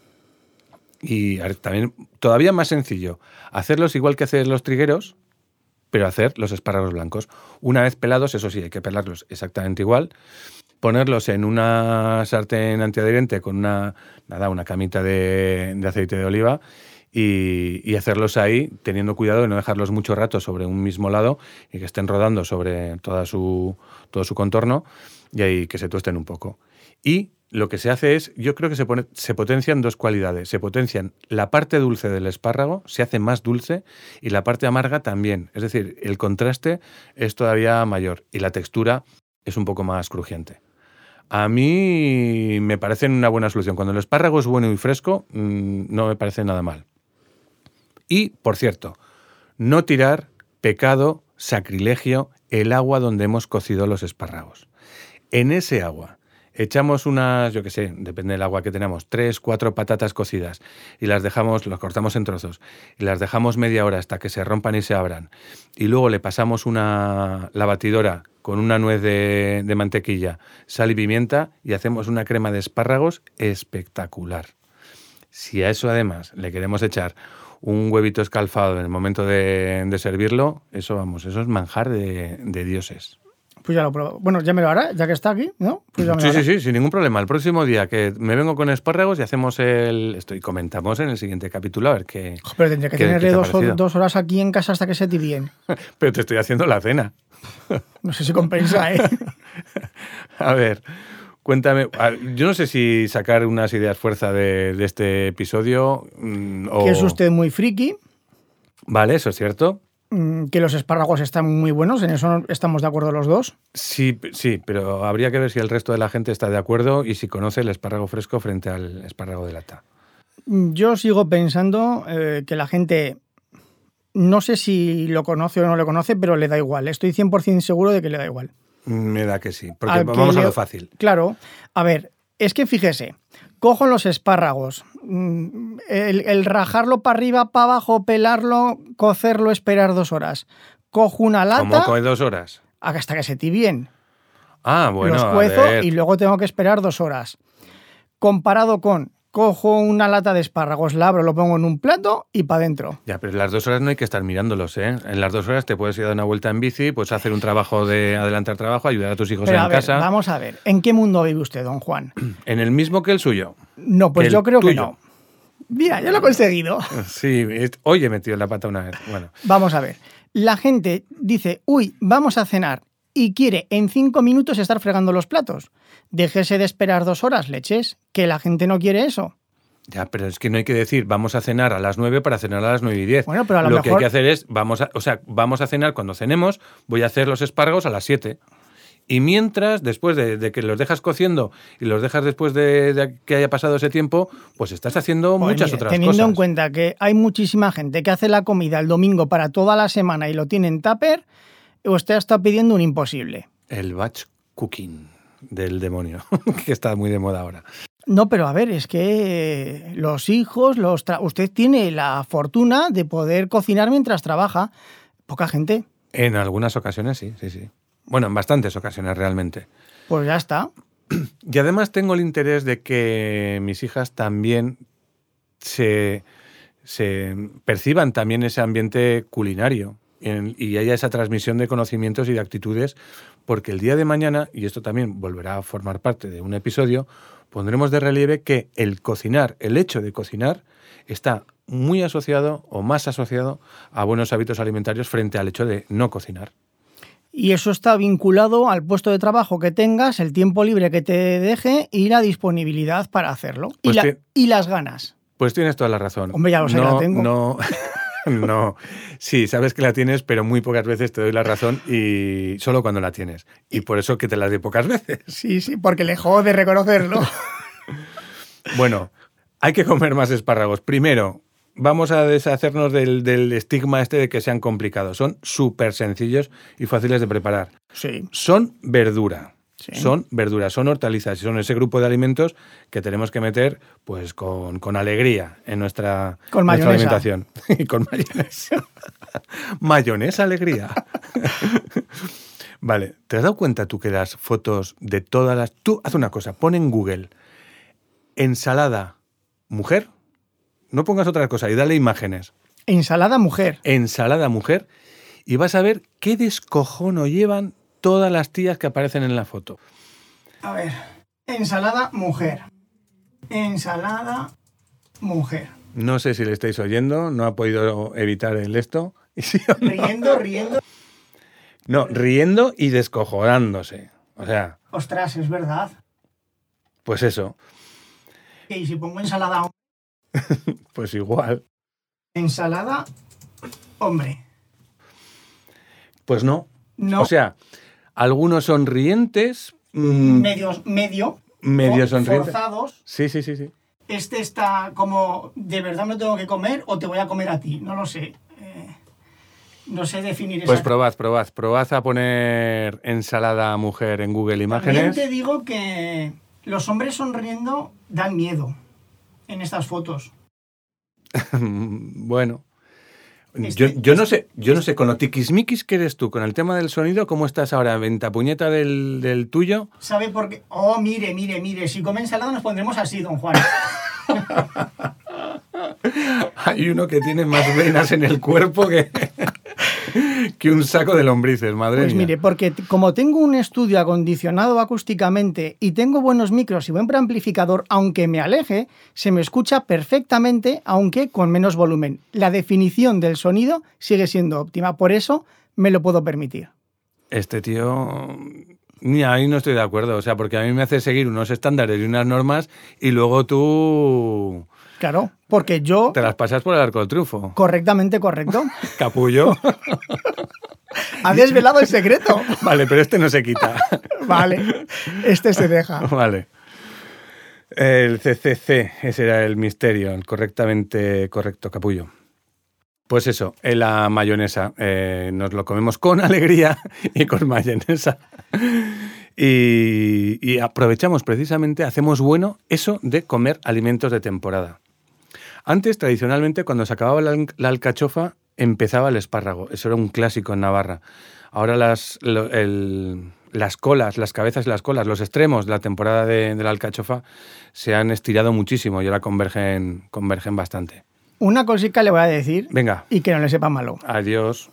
Y también, todavía más sencillo, hacerlos igual que hacer los trigueros, pero hacer los espárragos blancos. Una vez pelados, eso sí, hay que pelarlos exactamente igual, ponerlos en una sartén antiadherente con una, nada, una camita de, de aceite de oliva y, y hacerlos ahí, teniendo cuidado de no dejarlos mucho rato sobre un mismo lado y que estén rodando sobre toda su, todo su contorno y ahí que se tuesten un poco. Y lo que se hace es, yo creo que se, pone, se potencian dos cualidades. Se potencian la parte dulce del espárrago, se hace más dulce, y la parte amarga también. Es decir, el contraste es todavía mayor y la textura es un poco más crujiente. A mí me parece una buena solución. Cuando el espárrago es bueno y fresco, mmm, no me parece nada mal. Y, por cierto, no tirar, pecado, sacrilegio, el agua donde hemos cocido los espárragos. En ese agua echamos unas, yo qué sé, depende del agua que tenemos, tres, cuatro patatas cocidas y las dejamos, las cortamos en trozos y las dejamos media hora hasta que se rompan y se abran. Y luego le pasamos una, la batidora con una nuez de, de mantequilla, sal y pimienta y hacemos una crema de espárragos espectacular. Si a eso además le queremos echar un huevito escalfado en el momento de, de servirlo, eso vamos, eso es manjar de, de dioses. Pues ya lo pruebo. Bueno, ya me lo hará, ya que está aquí, ¿no? Pues ya me sí, lo hará. sí, sí, sin ningún problema. El próximo día que me vengo con espárragos y hacemos el... Esto y comentamos en el siguiente capítulo a ver qué... Pero tendría que qué, tenerle qué dos, dos horas aquí en casa hasta que se tibien. Pero te estoy haciendo la cena. No sé si compensa, ¿eh? A ver, cuéntame. Yo no sé si sacar unas ideas fuerza de, de este episodio mmm, o... Que es usted muy friki. Vale, eso es cierto. Que los espárragos están muy buenos, en eso estamos de acuerdo los dos. Sí, sí, pero habría que ver si el resto de la gente está de acuerdo y si conoce el espárrago fresco frente al espárrago de lata. Yo sigo pensando eh, que la gente, no sé si lo conoce o no lo conoce, pero le da igual. Estoy cien por ciento seguro de que le da igual. Me da que sí, porque al vamos a lo fácil. Claro, a ver, es que fíjese, cojo los espárragos, el, el rajarlo para arriba, para abajo, pelarlo, cocerlo, esperar dos horas. Cojo una lata... ¿Cómo coge dos horas? Hasta que se tibien. Ah, bueno, los cuezo y luego tengo que esperar dos horas. Comparado con, cojo una lata de espárragos, la abro, lo pongo en un plato y para adentro. Ya, pero en las dos horas no hay que estar mirándolos, ¿eh? En las dos horas te puedes ir a dar una vuelta en bici, puedes hacer un trabajo de adelantar trabajo, ayudar a tus hijos pero en a ver, casa. Vamos a ver, ¿en qué mundo vive usted, don Juan? En el mismo que el suyo. No, pues que yo creo tuyo. que no. Mira, yo lo he conseguido. Sí, hoy he metido la pata una vez. Bueno. Vamos a ver. La gente dice, uy, vamos a cenar y quiere en cinco minutos estar fregando los platos. Déjese de esperar dos horas, leches, que la gente no quiere eso. Ya, pero es que no hay que decir vamos a cenar a las nueve para cenar a las nueve y diez. Bueno, pero a lo, lo mejor... que hay que hacer es, vamos a, o sea, vamos a cenar cuando cenemos, voy a hacer los espárragos a las siete. Y mientras, después de, de que los dejas cociendo y los dejas después de, de que haya pasado ese tiempo, pues estás haciendo pues muchas mire, otras teniendo cosas. Teniendo en cuenta que hay muchísima gente que hace la comida el domingo para toda la semana y lo tiene en tupper, usted está pidiendo un imposible. El batch cooking del demonio, que está muy de moda ahora. No, pero a ver, es que los hijos, los tra- usted tiene la fortuna de poder cocinar mientras trabaja. Poca gente. En algunas ocasiones sí, sí, sí. Bueno, en bastantes ocasiones realmente. Pues ya está. Y además tengo el interés de que mis hijas también se, se perciban también ese ambiente culinario. en, y haya esa transmisión de conocimientos y de actitudes, porque el día de mañana, y esto también volverá a formar parte de un episodio, pondremos de relieve que el cocinar, el hecho de cocinar, está muy asociado o más asociado a buenos hábitos alimentarios frente al hecho de no cocinar. Y eso está vinculado al puesto de trabajo que tengas, el tiempo libre que te deje y la disponibilidad para hacerlo. Pues y, la, te... y las ganas. Pues tienes toda la razón. Hombre, ya lo sé, no, la tengo. No, no. Sí, sabes que la tienes, pero muy pocas veces te doy la razón y solo cuando la tienes. Y por eso que te la doy pocas veces. Sí, sí, porque le jode reconocerlo. Bueno, hay que comer más espárragos. Primero, vamos a deshacernos del, del estigma este de que sean complicados. Son súper sencillos y fáciles de preparar. Sí. Son verdura. Sí. Son verduras, son hortalizas. Son ese grupo de alimentos que tenemos que meter pues con, con alegría en nuestra, con nuestra mayonesa. alimentación. Y con mayonesa. Mayonesa, alegría. Vale, ¿te has dado cuenta tú que las fotos de todas las... Tú haz una cosa, pon en Google ensalada mujer. No pongas otra cosa y dale imágenes. Ensalada mujer. Ensalada mujer. Y vas a ver qué descojono llevan todas las tías que aparecen en la foto. A ver, ensalada mujer. Ensalada mujer. No sé si le estáis oyendo, no ha podido evitar el esto. ¿Sí o no? Riendo, riendo. No, riendo y descojonándose. O sea... Ostras, es verdad. Pues eso. ¿Y si pongo ensalada? Pues igual. Ensalada, hombre. Pues no. No. O sea, algunos sonrientes. Mmm, Medios, medio. medio for, sonrientes. Forzados. Sí, sí, sí, sí. Este está como, ¿de verdad me tengo que comer o te voy a comer a ti? No lo sé. Eh, no sé definir Pues esa... probad, probad. Probad a poner ensalada mujer en Google Imágenes. También te digo que los hombres sonriendo dan miedo en estas fotos. Bueno. Este, yo, yo este, no sé, yo no sé, con lo tiquismiquis que eres tú, con el tema del sonido, ¿cómo estás ahora? ¿Ventapuñeta del, del tuyo? ¿Sabe por qué? Oh, mire, mire, mire, si come ensalada nos pondremos así, don Juan. Hay uno que tiene más venas en el cuerpo que, que un saco de lombrices, madre Pues mía. mire, porque como tengo un estudio acondicionado acústicamente y tengo buenos micros y buen preamplificador, aunque me aleje, se me escucha perfectamente, aunque con menos volumen. La definición del sonido sigue siendo óptima, por eso me lo puedo permitir. Este tío... Ni ahí no estoy de acuerdo, o sea, porque a mí me hace seguir unos estándares y unas normas y luego tú... Claro, porque yo... Te las pasas por el arco del triunfo. Correctamente correcto. Capullo. Ha desvelado el secreto. Vale, pero este no se quita. Vale, este se deja. Vale. El C C C, ese era el misterio, el correctamente correcto, capullo. Pues eso, en la mayonesa. Eh, nos lo comemos con alegría y con mayonesa. Y, y aprovechamos precisamente, hacemos bueno eso de comer alimentos de temporada. Antes, tradicionalmente, cuando se acababa la, la alcachofa, empezaba el espárrago. Eso era un clásico en Navarra. Ahora las, lo, el, las colas, las cabezas y las colas, los extremos de la temporada de, de la alcachofa se han estirado muchísimo y ahora convergen, convergen bastante. Una cosita le voy a decir. Venga. Y que no le sepa malo. Adiós.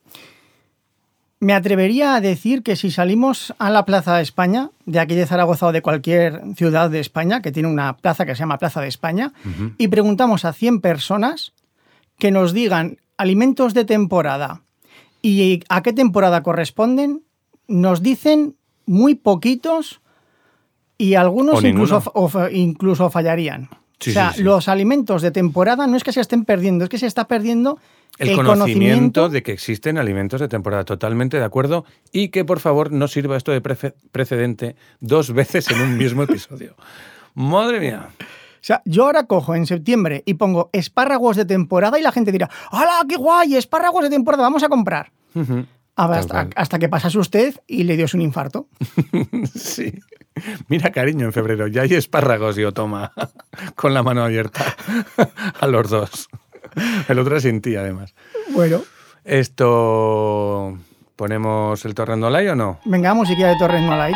Me atrevería a decir que si salimos a la Plaza de España, de aquí de Zaragoza o de cualquier ciudad de España, que tiene una plaza que se llama Plaza de España, uh-huh. y preguntamos a cien personas que nos digan alimentos de temporada y a qué temporada corresponden, nos dicen muy poquitos y algunos incluso, o, incluso fallarían. Sí, o sea, sí, sí. Los alimentos de temporada no es que se estén perdiendo, es que se está perdiendo el, el conocimiento, conocimiento de que existen alimentos de temporada. Totalmente de acuerdo. Y que, por favor, no sirva esto de pre- precedente dos veces en un mismo episodio. ¡Madre mía! O sea, yo ahora cojo en septiembre y pongo espárragos de temporada y la gente dirá ¡hala, qué guay! Espárragos de temporada, vamos a comprar. Uh-huh. Hasta, hasta que pasase usted y le dio un infarto. Sí. Mira, cariño, en febrero ya hay espárragos, yo toma, con la mano abierta a los dos. El otro sin ti, además. Bueno. Esto... ¿Ponemos el Torrendo Light o no? Venga, musiquilla de Torrendo Light.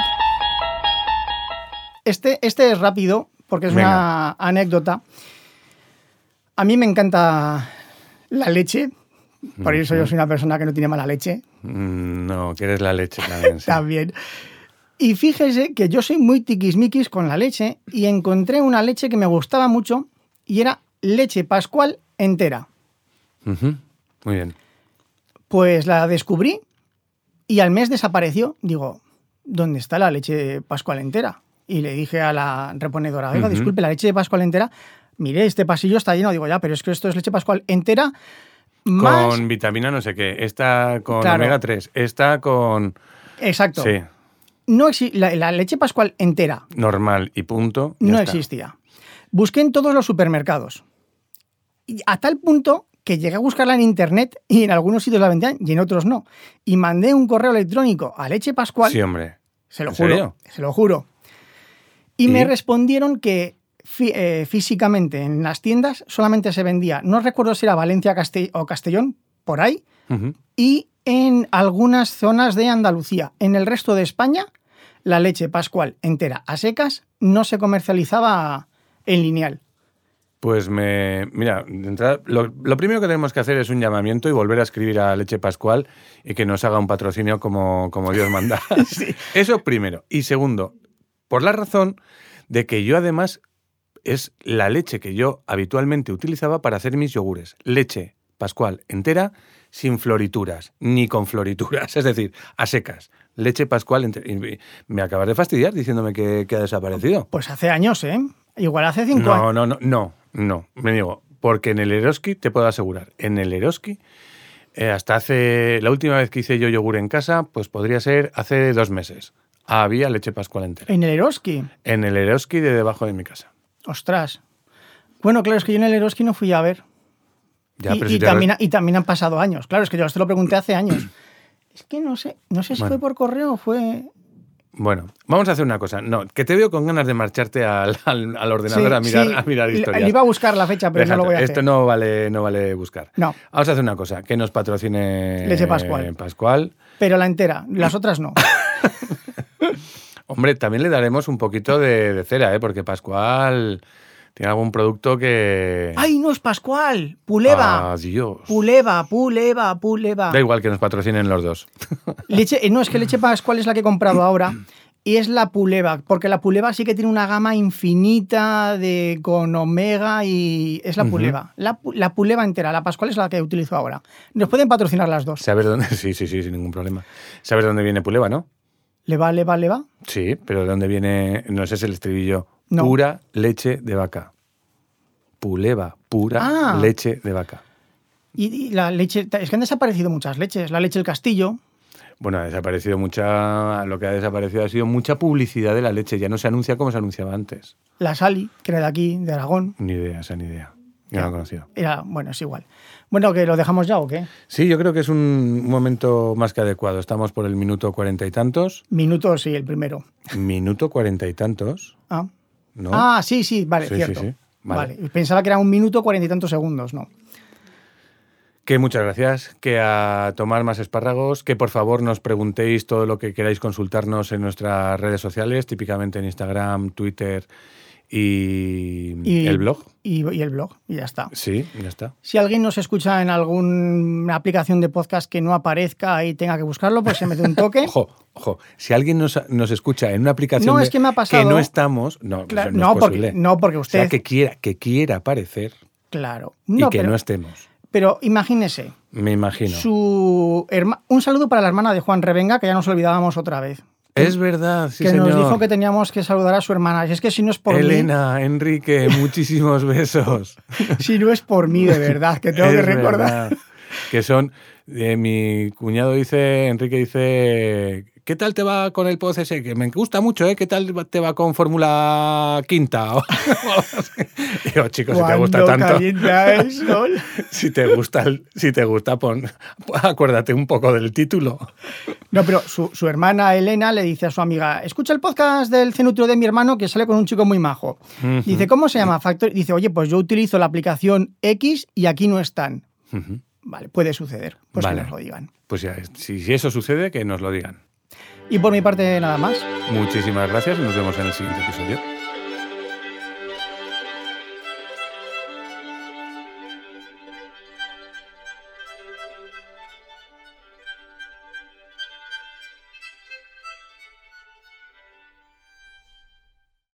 Este, este es rápido, porque es Venga. Una anécdota. A mí me encanta la leche. Por eso yo soy una persona que no tiene mala leche. No, quieres la leche también. Sí. También. Y fíjese que yo soy muy tiquismiquis con la leche y encontré una leche que me gustaba mucho y era leche Pascual entera. Uh-huh. Muy bien. Pues la descubrí y al mes desapareció. Digo, ¿dónde está la leche Pascual entera? Y le dije a la reponedora, oiga, uh-huh. disculpe, la leche de Pascual entera, mire, este pasillo está lleno. Digo, ya, pero es que esto es leche Pascual entera más... Con vitamina no sé qué, esta con Claro. omega tres, esta con... Exacto. Sí, No exi- la, la leche Pascual entera normal y punto. ya no está. existía. Busqué en todos los supermercados. Y a tal punto que llegué a buscarla en internet y en algunos sitios la vendían y en otros no. Y mandé un correo electrónico a Leche Pascual. Sí, hombre. Se lo ¿En juro. serio? Se lo juro. Y, ¿Y? me respondieron que fí- eh, físicamente en las tiendas solamente se vendía, no recuerdo si era Valencia Castell- o Castellón, por ahí, Uh-huh. y en algunas zonas de Andalucía. En el resto de España, la leche Pascual entera a secas no se comercializaba en lineal. Pues me... Mira, de entrada, lo, lo primero que tenemos que hacer es un llamamiento y volver a escribir a Leche Pascual y que nos haga un patrocinio como, como Dios manda. Sí. Eso primero. Y segundo, por la razón de que yo además es la leche que yo habitualmente utilizaba para hacer mis yogures. Leche Pascual entera, sin florituras, ni con florituras, es decir, a secas. Leche Pascual entera. Y me acabas de fastidiar diciéndome que, que ha desaparecido. Pues hace años, ¿eh? Igual hace cinco No, años. no, no, no, no, me niego. Porque en el Eroski, te puedo asegurar, en el Eroski, eh, hasta hace... La última vez que hice yo yogur en casa, pues podría ser hace dos meses. Había leche Pascual entera. En el Eroski. En el Eroski de debajo de mi casa. Ostras. Bueno, claro, es que yo en el Eroski no fui a ver. Ya, y, pero y si te también, re- ha- y también han pasado años. Claro, es que yo esto lo pregunté hace años. Es que no sé, no sé si Bueno. fue por correo o fue... Bueno, vamos a hacer una cosa. No, que te veo con ganas de marcharte al, al, al ordenador Sí, a mirar, sí. a mirar Le- historias. Le iba a buscar la fecha, pero Déjate, no lo voy a hacer. Esto no vale, no vale buscar. No. Vamos a hacer una cosa, que nos patrocine Leche Pascual. eh, Pascual. Pero la entera, las otras no. Hombre, también le daremos un poquito de, de cera, ¿eh? Porque Pascual tiene algún producto que... ¡Ay, no es Pascual! ¡Puleva! Adiós. Puleva, Puleva, Puleva. Da igual que nos patrocinen los dos. Leche, eh, no, es que leche Pascual es la que he comprado ahora y es la Puleva, porque la Puleva sí que tiene una gama infinita de con omega y es la Ujú. Puleva. La, pu- la Puleva entera, la Pascual es la que utilizo ahora. Nos pueden patrocinar las dos. ¿Sabes dónde? Sí, sí, sí, sin ningún problema. ¿Sabes dónde viene Puleva, no? ¿Le va, le va, le va? Sí, pero ¿de dónde viene? No ese es el estribillo. No. Pura leche de vaca. Puleva, pura Ah. leche de vaca. Y, y la leche, es que han desaparecido muchas leches. La leche del Castillo, Bueno, ha desaparecido mucha... Lo que ha desaparecido ha sido mucha publicidad de la leche. Ya no se anuncia como se anunciaba antes. la Sali, que era de aquí, de Aragón. Ni idea, esa ni idea. Yo no lo he conocido. Era, bueno, es igual. Bueno, ¿que lo dejamos ya o qué? Sí, yo creo que es un momento más que adecuado. Estamos por el minuto cuarenta y tantos. Minutos, sí, el primero. Minuto cuarenta y tantos, Ah, ¿no? ah sí, sí, vale, Sí, cierto. sí, sí. Vale. Vale. Pensaba que era un minuto cuarenta y tantos segundos, ¿no? Que muchas gracias, que a tomar más espárragos, que por favor nos preguntéis todo lo que queráis consultarnos en nuestras redes sociales, típicamente en Instagram, Twitter y, Y el blog. Y, y el blog, y ya está. Sí, ya está. Si alguien nos escucha en alguna aplicación de podcast que no aparezca y tenga que buscarlo, pues se mete un toque. Ojo, ojo, si alguien nos, nos escucha en una aplicación No, de- es que me ha pasado- que no estamos, no, Claro, eso no, no, es porque, posible. no, porque O usted... sea, que quiera, que quiera aparecer Claro. y No, que pero, no estemos. pero imagínese, Me imagino. su herma- un saludo para la hermana de Juan Revenga, que ya nos olvidábamos otra vez. Es verdad, sí, que señor. nos dijo que teníamos que saludar a su hermana. Y es que si no es por Elena, Enrique, muchísimos besos. mí, si no es por mí, de verdad, que tengo Es que recordar. verdad. Que son, eh, mi cuñado dice, Enrique dice, ¿qué tal te va con el Poz ese? Que me gusta mucho, ¿eh? ¿Qué tal te va con Fórmula Quinta? O algo así. Digo, chicos, si te gusta Cuando tanto, calienta el sol. si te gusta, el- si te gusta, pon, acuérdate un poco del título. No, pero su, su hermana Elena le dice a su amiga, escucha el podcast del Cenutrio de mi hermano que sale con un chico muy majo. Ujú. Dice, ¿cómo se llama? Factor. Dice, oye, pues yo utilizo la aplicación X y aquí no están. Ujú. Vale, puede suceder. Pues Vale. que nos lo digan. Pues ya, si, si eso sucede, que nos lo digan. Y por mi parte, nada más. Muchísimas gracias y nos vemos en el siguiente episodio.